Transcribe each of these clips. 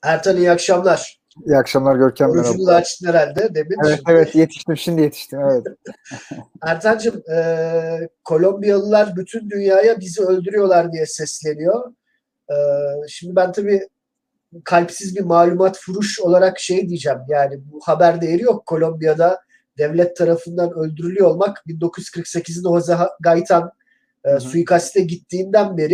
Ertan iyi akşamlar. İyi akşamlar Görkem, Orucunu merhaba. da açtın herhalde demin Evet şimdi. evet yetiştim, şimdi yetiştim, evet. Ertan'cığım Kolombiyalılar bütün dünyaya bizi öldürüyorlar diye sesleniyor. E, Şimdi ben tabii kalpsiz bir malumat furuş olarak şey diyeceğim. Yani bu haber değeri yok. Kolombiya'da devlet tarafından öldürülüyor olmak 1948'de Jose Gaitan Hı hı. suikaste gittiğinden beri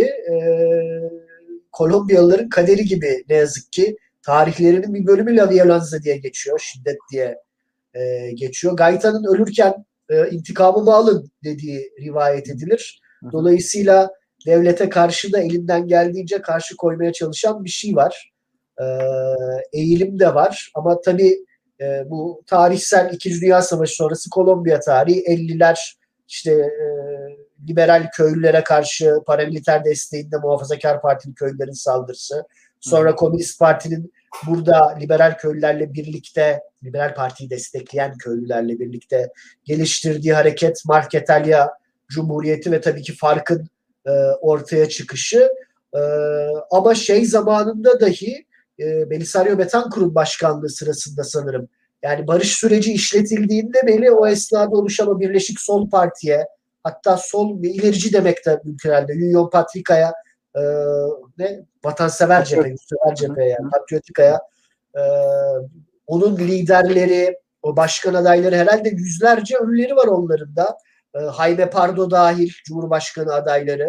Kolombiyalıların kaderi gibi ne yazık ki tarihlerinin bir bölümü La Violencia diye geçiyor. Şiddet diye geçiyor. Gaita'nın ölürken intikamımı alın dediği rivayet edilir. Hı hı. Dolayısıyla devlete karşı da elinden geldiğince karşı koymaya çalışan bir şey var. E, Eğilim de var. Ama tabii bu tarihsel İkinci Dünya Savaşı sonrası Kolombiya tarihi 50'ler işte liberal köylülere karşı paramiliter desteğinde Muhafazakar Partili köylülerin saldırısı. Hı hı. Sonra Komünist Parti'nin burada liberal köylülerle birlikte, liberal partiyi destekleyen köylülerle birlikte geliştirdiği hareket Marketalya Cumhuriyeti ve tabii ki farkın ortaya çıkışı. E, Ama şey zamanında dahi Belisario Betancourt'un başkanlığı sırasında sanırım yani barış süreci işletildiğinde bile o esnada oluşan o Birleşik Sol Parti'ye, hatta sol ve ilerici demek de mümkün herhalde, Union Patrica'ya, e, vatansever cephe, yurtsever Hı hı. cepheye, Patriotika'ya, e, onun liderleri, o başkan adayları, herhalde yüzlerce ölüleri var onların da. Jaime Pardo dahil Cumhurbaşkanı adayları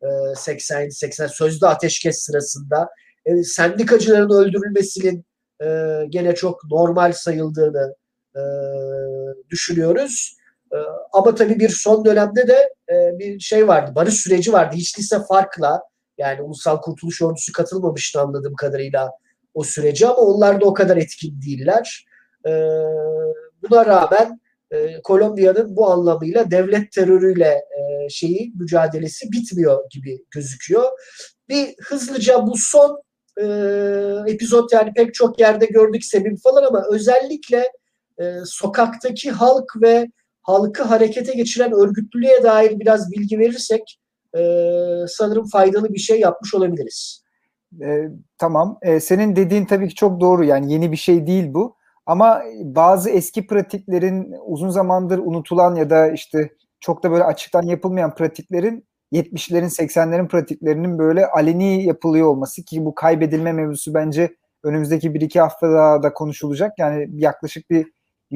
80 sözde ateşkes sırasında. Sendikacıların öldürülmesinin gene çok normal sayıldığını e, düşünüyoruz. E, Ama tabii bir son dönemde de bir şey vardı, barış süreci vardı. Hiç değilse farkla, yani Ulusal Kurtuluş Ordusu katılmamıştı anladığım kadarıyla o sürece, ama onlar da o kadar etkin değiller. E, Buna rağmen Kolombiya'nın bu anlamıyla devlet terörüyle mücadelesi bitmiyor gibi gözüküyor. Bir hızlıca bu son epizod, yani pek çok yerde gördük sebep falan, ama özellikle sokaktaki halk ve halkı harekete geçiren örgütlülüğe dair biraz bilgi verirsek sanırım faydalı bir şey yapmış olabiliriz. Tamam. Senin dediğin tabii ki çok doğru. Yani yeni bir şey değil bu. Ama bazı eski pratiklerin, uzun zamandır unutulan ya da işte çok da böyle açıktan yapılmayan pratiklerin, 70'lerin 80'lerin pratiklerinin böyle aleni yapılıyor olması, ki bu kaybedilme mevzusu bence önümüzdeki 1-2 haftada da konuşulacak. Yani yaklaşık bir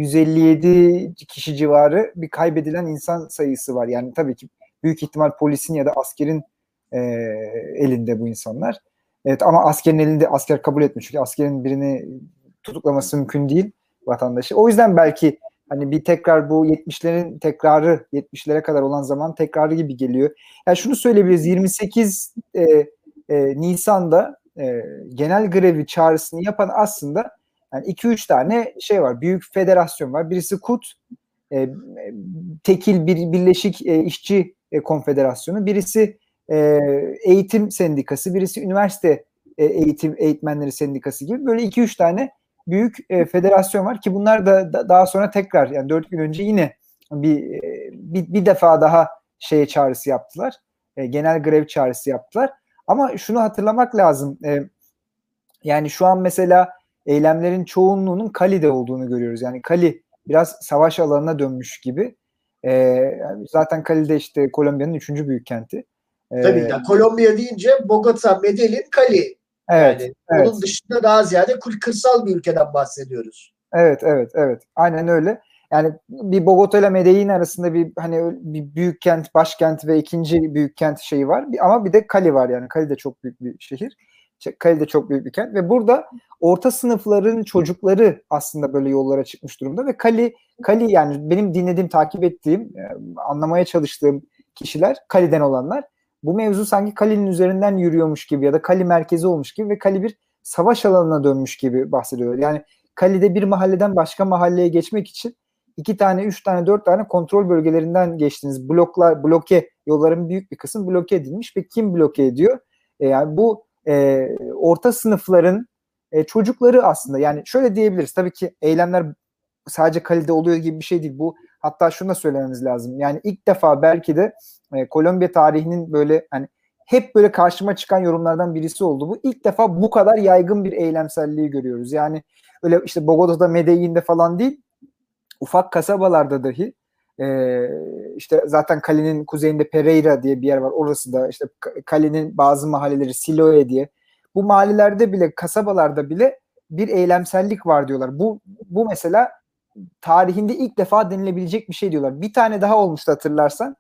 157 kişi civarı bir kaybedilen insan sayısı var. Yani tabii ki büyük ihtimal polisin ya da askerin e, elinde bu insanlar. Evet, ama askerin elinde, asker kabul etmiyor. Çünkü askerin birini tutuklaması mümkün değil, vatandaşı. O yüzden belki hani bir tekrar bu 70'lerin tekrarı, 70'lere kadar olan zaman tekrarı gibi geliyor. Yani şunu söyleyebiliriz: 28 Nisan'da genel grevi çağrısını yapan aslında yani 2-3 tane şey var. Büyük federasyon var. Birisi KUT, e, tekil bir Birleşik İşçi Konfederasyonu. Birisi eğitim sendikası, birisi üniversite eğitmenleri sendikası gibi böyle 2-3 tane büyük federasyon var ki bunlar da daha sonra tekrar, yani 4 gün önce yine bir defa daha şeye çağrısı yaptılar. Genel grev çağrısı yaptılar. Ama şunu hatırlamak lazım. Yani şu an mesela eylemlerin çoğunluğunun Cali'de olduğunu görüyoruz. Yani Cali biraz savaş alanına dönmüş gibi. Zaten Cali'de işte Kolombiya'nın 3. büyük kenti. Tabii Ee, yani Kolombiya deyince Bogota, Medellin, Cali. evet, Yani evet, onun dışında daha ziyade kırsal bir ülkeden bahsediyoruz. evet. Aynen öyle. Yani bir Bogota ile Medellin arasında bir hani bir büyük kent, başkent ve ikinci büyük kent şeyi var. Ama bir de Cali var yani. Cali de çok büyük bir şehir. Cali de çok büyük bir kent ve burada orta sınıfların çocukları aslında böyle yollara çıkmış durumda ve Cali yani benim dinlediğim, takip ettiğim, anlamaya çalıştığım kişiler, Cali'den olanlar, bu mevzu sanki Cali'nin üzerinden yürüyormuş gibi ya da Cali merkezi olmuş gibi ve Cali bir savaş alanına dönmüş gibi bahsediyorlar. Yani Cali'de bir mahalleden başka mahalleye geçmek için 2 tane, 3 tane, 4 tane kontrol bölgelerinden geçtiniz. Bloke, yolların büyük bir kısmı bloke edilmiş ve kim bloke ediyor? Yani bu orta sınıfların çocukları aslında. Yani şöyle diyebiliriz. Tabii ki eylemler sadece Cali'de oluyor gibi bir şey değil. Bu, hatta şunu da söylememiz lazım. Yani ilk defa belki de Kolombiya tarihinin böyle hani hep böyle karşıma çıkan yorumlardan birisi oldu bu. İlk defa bu kadar yaygın bir eylemselliği görüyoruz. Yani öyle işte Bogota'da, Medellin'de falan değil, ufak kasabalarda dahi işte zaten kalenin kuzeyinde Pereira diye bir yer var. Orası da işte kalenin bazı mahalleleri Siloe diye. Bu mahallelerde bile, kasabalarda bile bir eylemsellik var diyorlar. Bu mesela tarihinde ilk defa denilebilecek bir şey diyorlar. Bir tane daha olmuştu hatırlarsan.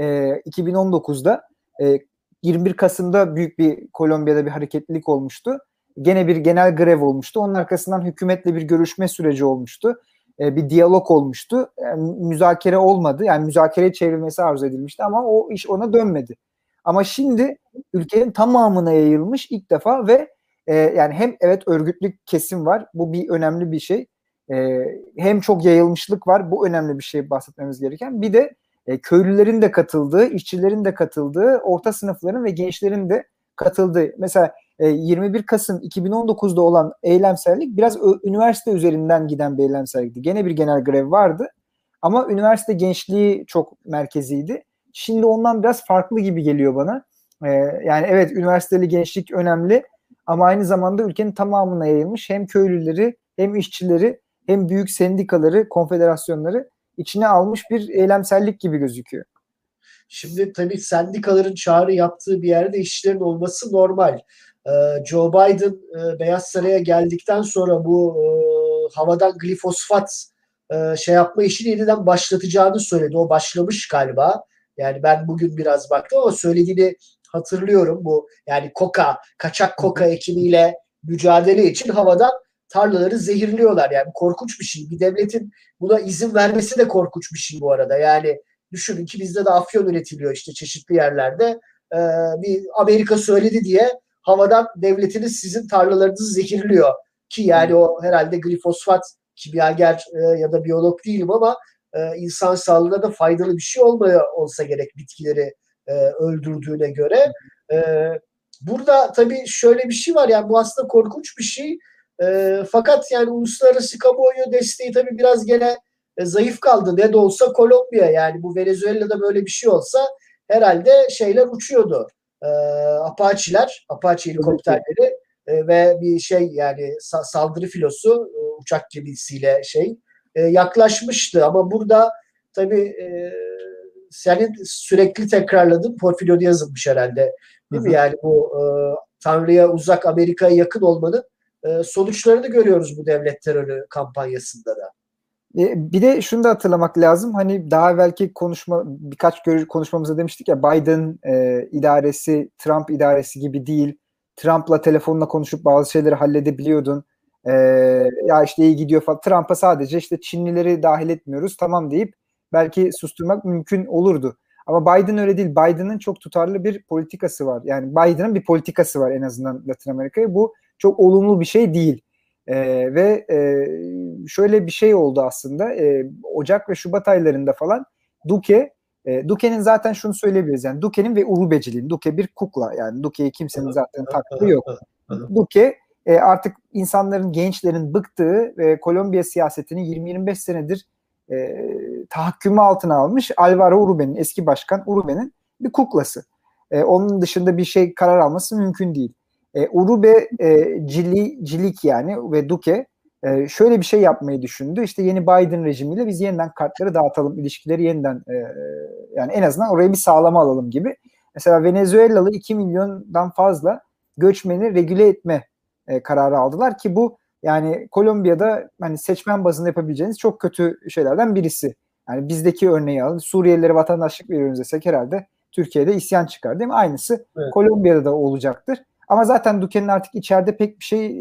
2019'da 21 Kasım'da büyük bir Kolombiya'da bir hareketlilik olmuştu. Gene bir genel grev olmuştu. Onun arkasından hükümetle bir görüşme süreci olmuştu. Bir diyalog olmuştu. Müzakere olmadı. Yani müzakereye çevrilmesi arzu edilmişti ama o iş ona dönmedi. Ama şimdi ülkenin tamamına yayılmış ilk defa ve yani hem evet örgütlü kesim var. Bu bir önemli bir şey. Hem çok yayılmışlık var. Bu önemli bir şey bahsetmemiz gereken. Bir de köylülerin de katıldığı, işçilerin de katıldığı, orta sınıfların ve gençlerin de katıldığı. Mesela 21 Kasım 2019'da olan eylemsellik biraz üniversite üzerinden giden bir eylemsellikti. Gene bir genel grev vardı ama üniversite gençliği çok merkeziydi. Şimdi ondan biraz farklı gibi geliyor bana. Yani evet, üniversiteli gençlik önemli ama aynı zamanda ülkenin tamamına yayılmış hem köylüleri hem işçileri hem büyük sendikaları, konfederasyonları içine almış bir eylemsellik gibi gözüküyor. Şimdi tabii sendikaların çağrı yaptığı bir yerde işçilerin olması normal. Joe Biden Beyaz Saray'a geldikten sonra bu havadan glifosfat şey yapma işini yeniden başlatacağını söyledi. O başlamış galiba. Yani ben bugün biraz baktım ama söylediğini hatırlıyorum. Bu yani kaçak koka ekimiyle mücadele için havadan tarlaları zehirliyorlar. Yani korkunç bir şey. Bir devletin buna izin vermesi de korkunç bir şey bu arada. Yani düşünün ki bizde de afyon üretiliyor işte çeşitli yerlerde. Bir Amerika söyledi diye havadan devletiniz sizin tarlalarınızı zehirliyor. Ki yani o herhalde glifosfat kimyager ya da biyolog değilim ama insan sağlığına da faydalı bir şey olsa gerek bitkileri öldürdüğüne göre. E, Burada tabii şöyle bir şey var, yani bu aslında korkunç bir şey. Fakat yani uluslararası kamuoyu desteği tabii biraz gene zayıf kaldı. Ne de olsa Kolombiya, yani bu Venezuela'da böyle bir şey olsa herhalde şeyler uçuyordu. Apache helikopterleri ve bir şey yani saldırı filosu uçak gemisiyle yaklaşmıştı. Ama burada tabii senin sürekli tekrarladığın Porfirio yazılmış herhalde. Değil mi? Yani bu Tanrı'ya uzak, Amerika'ya yakın olmanın sonuçlarını görüyoruz bu devlet terörü kampanyasında da. Bir de şunu da hatırlamak lazım. Hani daha evvelki birkaç konuşmamızda demiştik ya, Biden idaresi Trump idaresi gibi değil. Trump'la telefonla konuşup bazı şeyleri halledebiliyordun. Ya işte iyi gidiyor falan. Trump'a sadece işte Çinlileri dahil etmiyoruz tamam deyip belki susturmak mümkün olurdu. Ama Biden öyle değil. Biden'ın çok tutarlı bir politikası var. Yani Biden'ın bir politikası var en azından Latin Amerika'ya. Bu çok olumlu bir şey değil. Ve şöyle bir şey oldu aslında. Ocak ve Şubat aylarında falan Duque'nin zaten şunu söyleyebiliriz. Yani Duque'nin ve Urubeciliğin. Duque bir kukla. Yani Duque'yi kimsenin zaten taktığı yok. Duque artık insanların, gençlerin bıktığı ve Kolombiya siyasetini 20-25 senedir tahakkümü altına almış Alvaro Uribe'nin, eski başkan Uribe'nin bir kuklası. Onun dışında bir şey karar alması mümkün değil. Uribe cilik yani ve Duque şöyle bir şey yapmayı düşündü. İşte yeni Biden rejimiyle biz yeniden kartları dağıtalım, ilişkileri yeniden yani en azından orayı bir sağlama alalım gibi. Mesela Venezuelalı 2 milyondan fazla göçmeni regüle etme kararı aldılar ki bu yani Kolombiya'da hani seçmen bazında yapabileceğiniz çok kötü şeylerden birisi. Yani bizdeki örneği alın. Suriyelilere vatandaşlık veriyoruz desek herhalde Türkiye'de isyan çıkar değil mi? Aynısı evet. Kolombiya'da da olacaktır. Ama zaten Duque'nin artık içeride pek bir şey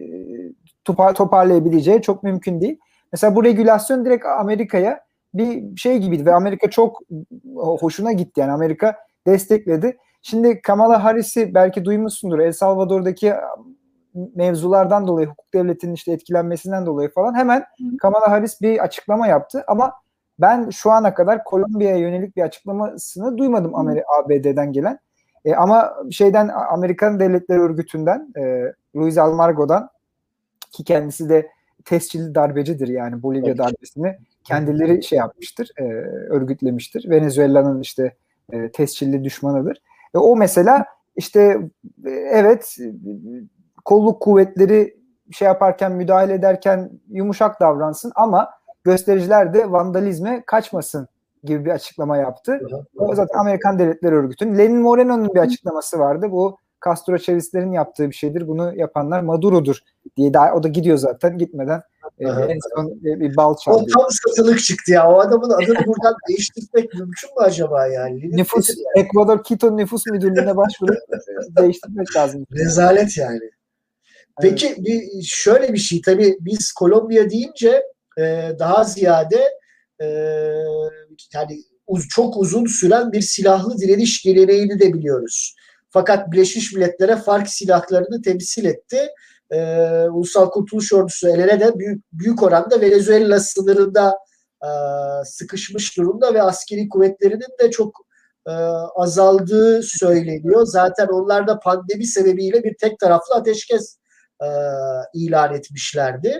toparlayabileceği çok mümkün değil. Mesela bu regülasyon direkt Amerika'ya bir şey gibiydi ve Amerika çok hoşuna gitti. Yani Amerika destekledi. Şimdi Kamala Harris'i belki duymuşsundur. El Salvador'daki mevzulardan dolayı, hukuk devletinin işte etkilenmesinden dolayı falan hemen Kamala Harris bir açıklama yaptı. Ama ben şu ana kadar Kolombiya'ya yönelik bir açıklamasını duymadım ABD'den gelen. Ama Amerikan Devletleri Örgütü'nden Luis Almago'dan, ki kendisi de tescilli darbecidir, yani Bolivya darbesini kendileri yapmıştır, örgütlemiştir. Venezuela'nın işte tescilli düşmanıdır. O mesela işte evet, kolluk kuvvetleri şey yaparken, müdahale ederken yumuşak davransın ama göstericiler de vandalizme kaçmasın gibi bir açıklama yaptı. O zaten Amerikan Devletleri Örgütü'nün. Lenin Moreno'nun bir açıklaması vardı. Bu Castro Chavez'lerin yaptığı bir şeydir. Bunu yapanlar Maduro'dur diye. Daha, o da gidiyor zaten. Gitmeden en son bir bal O çaldı. tam satılık çıktı ya. O adamın adını buradan değiştirmek mümkün mü acaba yani? Nüfus, Nedir yani? Ekvador Quito Nüfus Müdürlüğü'ne başvurup değiştirmek lazım. Rezalet yani. Evet. Peki şöyle bir şey tabii biz Kolombiya deyince daha ziyade e, yani çok uzun süren bir silahlı direniş geleneğini de biliyoruz. Fakat Birleşmiş Milletler'e FARC silahlarını temsil etti. Ulusal Kurtuluş Ordusu el ele de büyük oranda Venezuela sınırında sıkışmış durumda ve askeri kuvvetlerinin de çok azaldığı söyleniyor. Zaten onlar da pandemi sebebiyle bir tek taraflı ateşkes ilan etmişlerdi.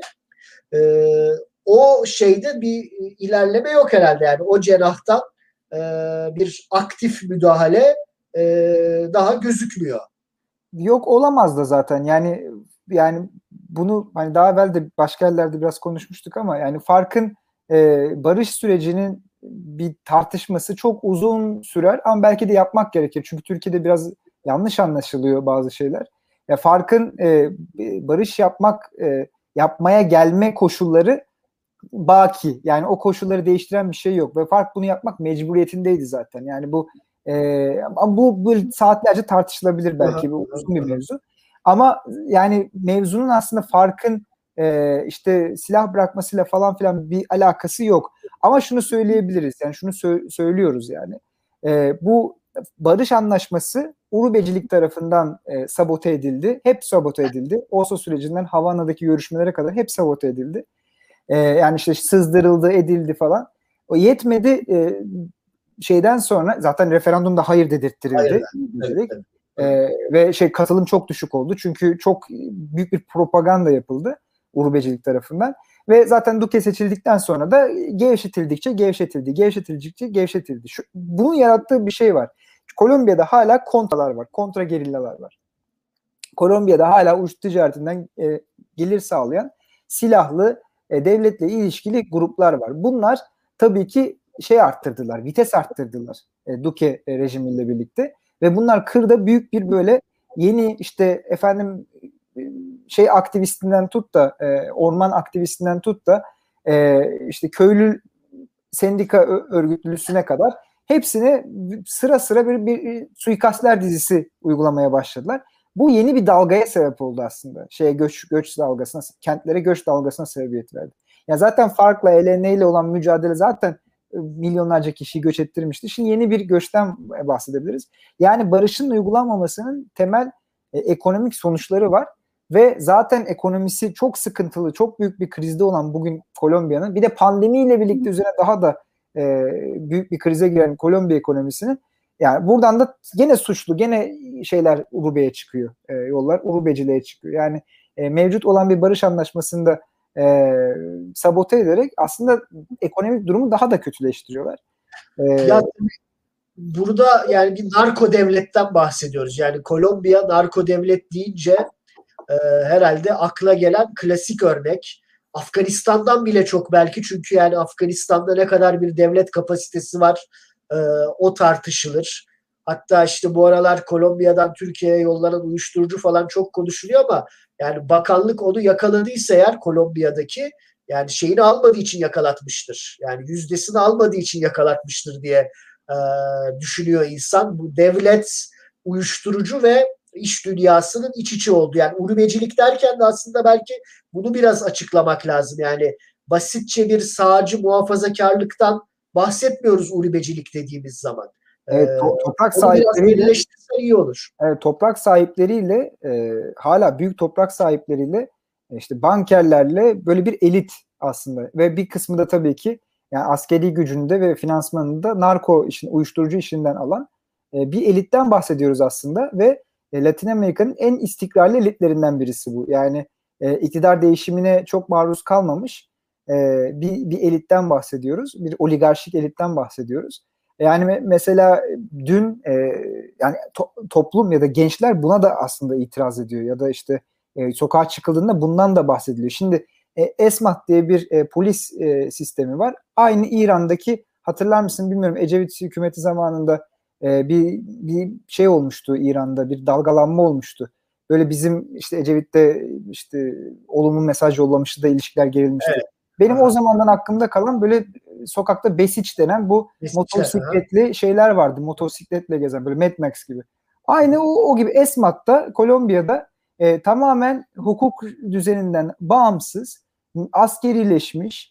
O şeyde bir ilerleme yok herhalde yani o cenahtan bir aktif müdahale daha gözükmüyor. Yok, olamaz da zaten. Yani bunu hani daha evvel de başka yerlerde biraz konuşmuştuk ama yani farkın barış sürecinin bir tartışması çok uzun sürer ama belki de yapmak gerekir. Çünkü Türkiye'de biraz yanlış anlaşılıyor bazı şeyler. Ya farkın barış yapmaya gelme koşulları baki. Yani o koşulları değiştiren bir şey yok ve fark bunu yapmak mecburiyetindeydi zaten. Yani ama bu saatlerce tartışılabilir, belki bu uzun bir mevzu. Ama yani mevzunun aslında farkın işte silah bırakmasıyla falan filan bir alakası yok. Ama şunu söyleyebiliriz. Yani şunu söylüyoruz yani. Bu barış anlaşması Urubecilik tarafından sabote edildi. Hep sabote edildi. Oslo sürecinden Havana'daki görüşmelere kadar hep sabote edildi. Yani işte sızdırıldı, edildi falan. O yetmedi, şeyden sonra zaten referandumda hayır Hayır. dedirttirildi. Evet, evet. Ve katılım çok düşük oldu. Çünkü çok büyük bir propaganda yapıldı Urubecilik tarafından. Ve zaten Duque seçildikten sonra da gevşetildi. Bunun yarattığı bir şey var. Kolombiya'da hala kontralar var, kontra gerillalar var. Kolombiya'da hala uyuşturucu ticaretinden gelir sağlayan silahlı devletle ilişkili gruplar var. Bunlar tabii ki vites arttırdılar Duque rejimiyle birlikte ve bunlar kırda büyük bir böyle yeni işte efendim aktivistinden tut da orman aktivistinden tut da işte köylü sendika örgütlüsüne kadar hepsine sıra sıra bir suikastler dizisi uygulamaya başladılar. Bu yeni bir dalgaya sebep oldu aslında. Göç dalgasına, kentlere göç dalgasına sebebiyet verdi. Ya zaten farkla ELN ile olan mücadele zaten milyonlarca kişiyi göç ettirmişti. Şimdi yeni bir göçten bahsedebiliriz. Yani barışın uygulanmamasının temel ekonomik sonuçları var ve zaten ekonomisi çok sıkıntılı, çok büyük bir krizde olan bugün Kolombiya'nın, bir de pandemiyle birlikte üzerine daha da büyük bir krize giren Kolombiya ekonomisinin, yani buradan da gene suçlu, gene şeyler Urube'ye çıkıyor. Yollar Urubeciliğe çıkıyor. Yani mevcut olan bir barış anlaşmasında sabote ederek aslında ekonomik durumu daha da kötüleştiriyorlar. Ya burada yani bir narko devletten bahsediyoruz. Yani Kolombiya narko devlet deyince herhalde akla gelen klasik örnek. Afganistan'dan bile çok belki, çünkü yani Afganistan'da ne kadar bir devlet kapasitesi var o tartışılır. Hatta işte bu aralar Kolombiya'dan Türkiye'ye yollanan uyuşturucu falan çok konuşuluyor ama yani bakanlık onu yakaladıysa eğer Kolombiya'daki, yani şeyini almadığı için yakalatmıştır. Yani yüzdesini almadığı için yakalatmıştır diye düşünüyor insan. Bu devlet, uyuşturucu ve iş dünyasının iç içe oldu. Yani urubecilik derken de aslında belki bunu biraz açıklamak lazım. Yani basitçe bir sağcı muhafazakarlıktan bahsetmiyoruz urubecilik dediğimiz zaman. Evet, toprak Onu biraz sahipleriyle belirleştirsen iyi olur. toprak sahipleriyle hala büyük toprak sahipleriyle işte bankerlerle böyle bir elit aslında ve bir kısmı da tabii ki yani askeri gücünde ve finansmanında narko işin, uyuşturucu işinden alan bir elitten bahsediyoruz aslında ve Latin Amerika'nın en istikrarlı elitlerinden birisi bu. Yani iktidar değişimine çok maruz kalmamış bir elitten bahsediyoruz. Bir oligarşik elitten bahsediyoruz. Yani mesela dün yani toplum ya da gençler buna da aslında itiraz ediyor ya da işte sokağa çıkıldığında bundan da bahsediliyor. Şimdi ESMAH diye bir polis sistemi var. Aynı İran'daki, hatırlar mısın bilmiyorum, Ecevit hükümeti zamanında bir şey olmuştu İran'da, bir dalgalanma olmuştu. Böyle bizim işte Ecevit'te işte olumlu mesaj yollamıştı da ilişkiler gerilmişti. Evet. Benim o Aha. zamandan aklımda kalan böyle sokakta besiç denen bu Aha. motosikletli şeyler vardı. Motosikletle gezen böyle Mad Max gibi. Aynı o gibi Esmat'ta, Kolombiya'da tamamen hukuk düzeninden bağımsız, askerileşmiş,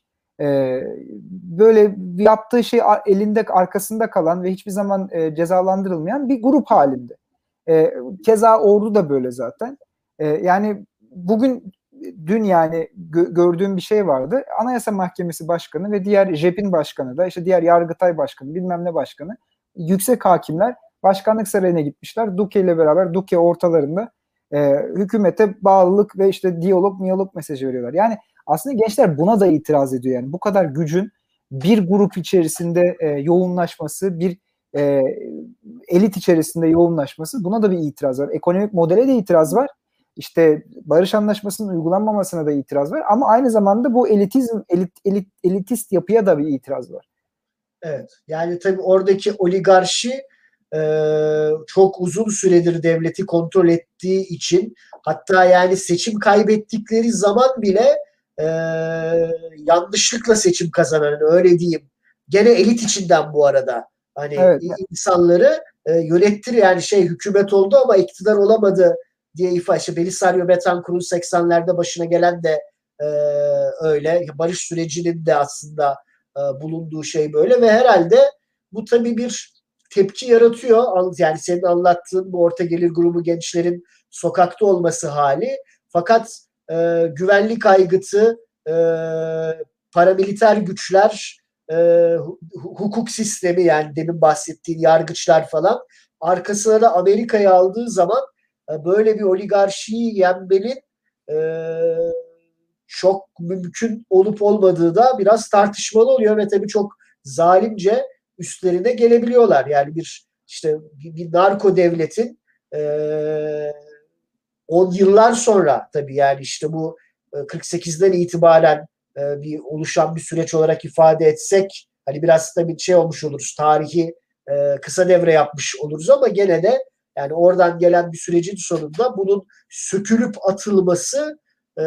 böyle yaptığı şey elinde arkasında kalan ve hiçbir zaman cezalandırılmayan bir grup halinde. Keza ordu da böyle zaten. Yani dün yani gördüğüm bir şey vardı. Anayasa Mahkemesi Başkanı ve diğer JEP'in başkanı da, işte diğer Yargıtay Başkanı, bilmem ne başkanı, yüksek hakimler başkanlık sarayına gitmişler. Duque ile beraber, Duque ortalarında hükümete bağlılık ve işte diyalog mesajı veriyorlar. Yani aslında gençler buna da itiraz ediyor. Yani bu kadar gücün bir grup içerisinde yoğunlaşması, bir e, elit içerisinde yoğunlaşması, buna da bir itiraz var. Ekonomik modele de itiraz var. İşte barış anlaşmasının uygulanmamasına da itiraz var. Ama aynı zamanda bu elitist yapıya da bir itiraz var. Evet. Yani tabii oradaki oligarşi çok uzun süredir devleti kontrol ettiği için, hatta yani seçim kaybettikleri zaman bile e, yanlışlıkla seçim kazanan, hani öyle diyeyim. Gene elit içinden bu arada. Hani Evet. insanları yönettir, yani hükümet oldu ama iktidar olamadı diye ifade. İşte Belisario Betancourt'un 80'lerde başına gelen de e, öyle. Barış sürecinin de aslında bulunduğu şey böyle ve herhalde bu tabii bir tepki yaratıyor. Yani senin anlattığın bu orta gelir grubu gençlerin sokakta olması hali. Fakat güvenlik aygıtı, paramiliter güçler, hukuk sistemi, yani demin bahsettiğin yargıçlar falan arkasına da Amerika'yı aldığı zaman böyle bir oligarşiyi yenmenin e, çok mümkün olup olmadığı da biraz tartışmalı oluyor ve tabii çok zalimce üstlerine gelebiliyorlar. Yani bir narko devletin e, 10 yıllar sonra, tabii yani işte bu 48'den itibaren bir oluşan bir süreç olarak ifade etsek, hani biraz da bir şey olmuş oluruz, tarihi kısa devre yapmış oluruz ama gene de yani oradan gelen bir sürecin sonunda bunun sökülüp atılması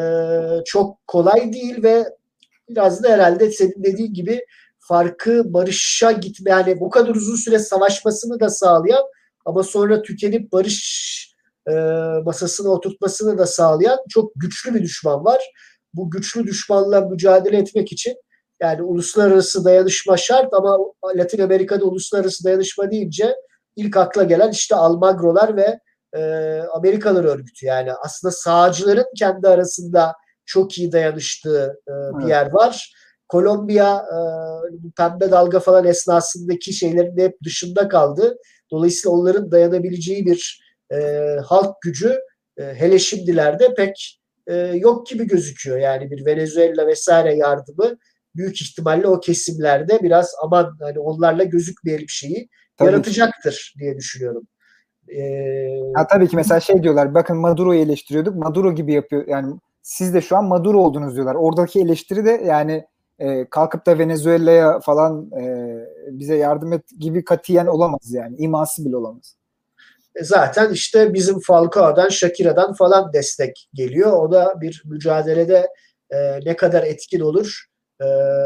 çok kolay değil ve biraz da herhalde senin dediğin gibi farkı barışa gitme, yani bu kadar uzun süre savaşmasını da sağlayan ama sonra tükenip barış e, masasına oturtmasını da sağlayan çok güçlü bir düşman var. Bu güçlü düşmanla mücadele etmek için yani uluslararası dayanışma şart ama Latin Amerika'da uluslararası dayanışma deyince ilk akla gelen işte Almagrolar ve Amerikalılar örgütü. Yani aslında sağcıların kendi arasında çok iyi dayanıştığı bir Evet. yer var. Kolombiya pembe dalga falan esnasındaki şeylerin de hep dışında kaldı. Dolayısıyla onların dayanabileceği bir halk gücü hele şimdilerde pek yok gibi gözüküyor. Yani bir Venezuela vesaire yardımı büyük ihtimalle o kesimlerde biraz aman hani onlarla gözükmeyelim şeyi Tabii ki. yaratacaktır diye düşünüyorum. E, Ha, tabii ki mesela şey diyorlar, bakın Maduro'yu eleştiriyorduk, Maduro gibi yapıyor, yani siz de şu an Maduro oldunuz diyorlar. Oradaki eleştiri de yani kalkıp da Venezuela'ya falan bize yardım et gibi katiyen olamaz, yani iması bile olamaz. Zaten işte bizim Falcao'dan, Shakira'dan falan destek geliyor. O da bir mücadelede ne kadar etkin olur e,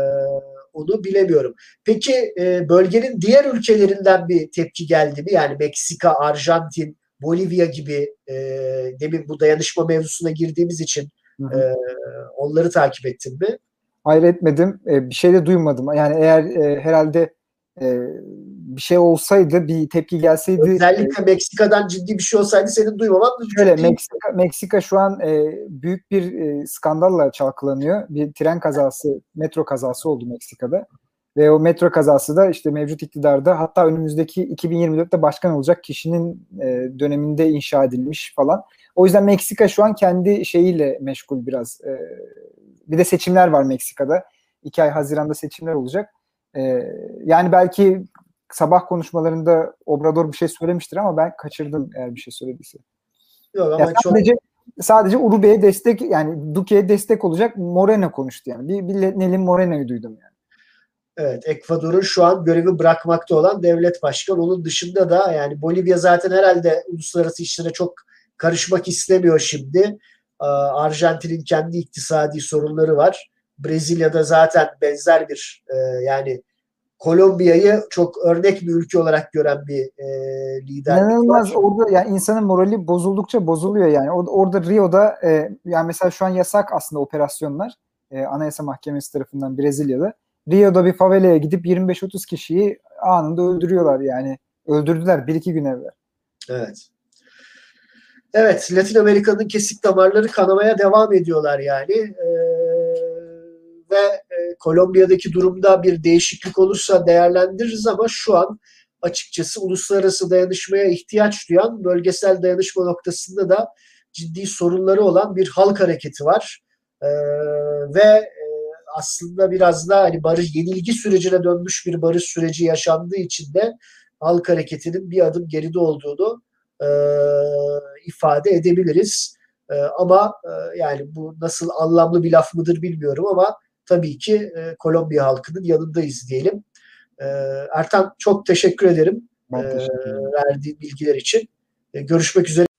onu bilemiyorum. Peki bölgenin diğer ülkelerinden bir tepki geldi mi? Yani Meksika, Arjantin, Bolivya gibi demin bu dayanışma mevzusuna girdiğimiz için Hı e, hı. onları takip ettin mi? Hayır, etmedim. Bir şey de duymadım. Yani eğer herhalde bir şey olsaydı, bir tepki gelseydi. Özellikle Meksika'dan ciddi bir şey olsaydı senin duymaman Şöyle, mümkün değil. Meksika şu an büyük bir skandalla çalkalanıyor. Bir tren kazası, metro kazası oldu Meksika'da. Ve o metro kazası da işte mevcut iktidarda, hatta önümüzdeki 2024'te başkan olacak kişinin döneminde inşa edilmiş falan. O yüzden Meksika şu an kendi şeyiyle meşgul biraz. Bir de seçimler var Meksika'da. 2 ay Haziran'da seçimler olacak. Yani belki sabah konuşmalarında Obrador bir şey söylemiştir ama ben kaçırdım eğer bir şey söylediyse. Yok Ya ama çok sadece Uribe'ye destek, yani Duque'ye destek olacak Moreno konuştu yani. Bir Nelin Moreno'yu duydum yani. evet, Ekvador'un şu an görevi bırakmakta olan devlet başkanı. Onun dışında da yani Bolivya zaten herhalde uluslararası işlere çok karışmak istemiyor şimdi. Arjantin'in kendi iktisadi sorunları var. Brezilya'da zaten benzer bir yani Kolombiya'yı çok örnek bir ülke olarak gören bir liderlik İnanılmaz var. orada, yani insanın morali bozuldukça bozuluyor yani. Orada Rio'da yani mesela şu an yasak aslında operasyonlar Anayasa Mahkemesi tarafından Brezilya'da. Rio'da bir favelaya gidip 25-30 kişiyi anında öldürüyorlar yani. Öldürdüler 1-2 gün evvel. Evet. Evet, Latin Amerika'nın kesik damarları kanamaya devam ediyorlar yani. Ve Kolombiya'daki durumda bir değişiklik olursa değerlendiririz ama şu an açıkçası uluslararası dayanışmaya ihtiyaç duyan, bölgesel dayanışma noktasında da ciddi sorunları olan bir halk hareketi var. Ve aslında biraz da hani barış, yenilgi sürecine dönmüş bir barış süreci yaşandığı için de halk hareketinin bir adım geride olduğunu e, ifade edebiliriz. Ama yani bu nasıl anlamlı bir laf mıdır bilmiyorum ama tabii ki Kolombiya halkının yanındayız diyelim. E, Ertan çok teşekkür ederim Ben teşekkür ederim. verdiğin bilgiler için. Görüşmek üzere.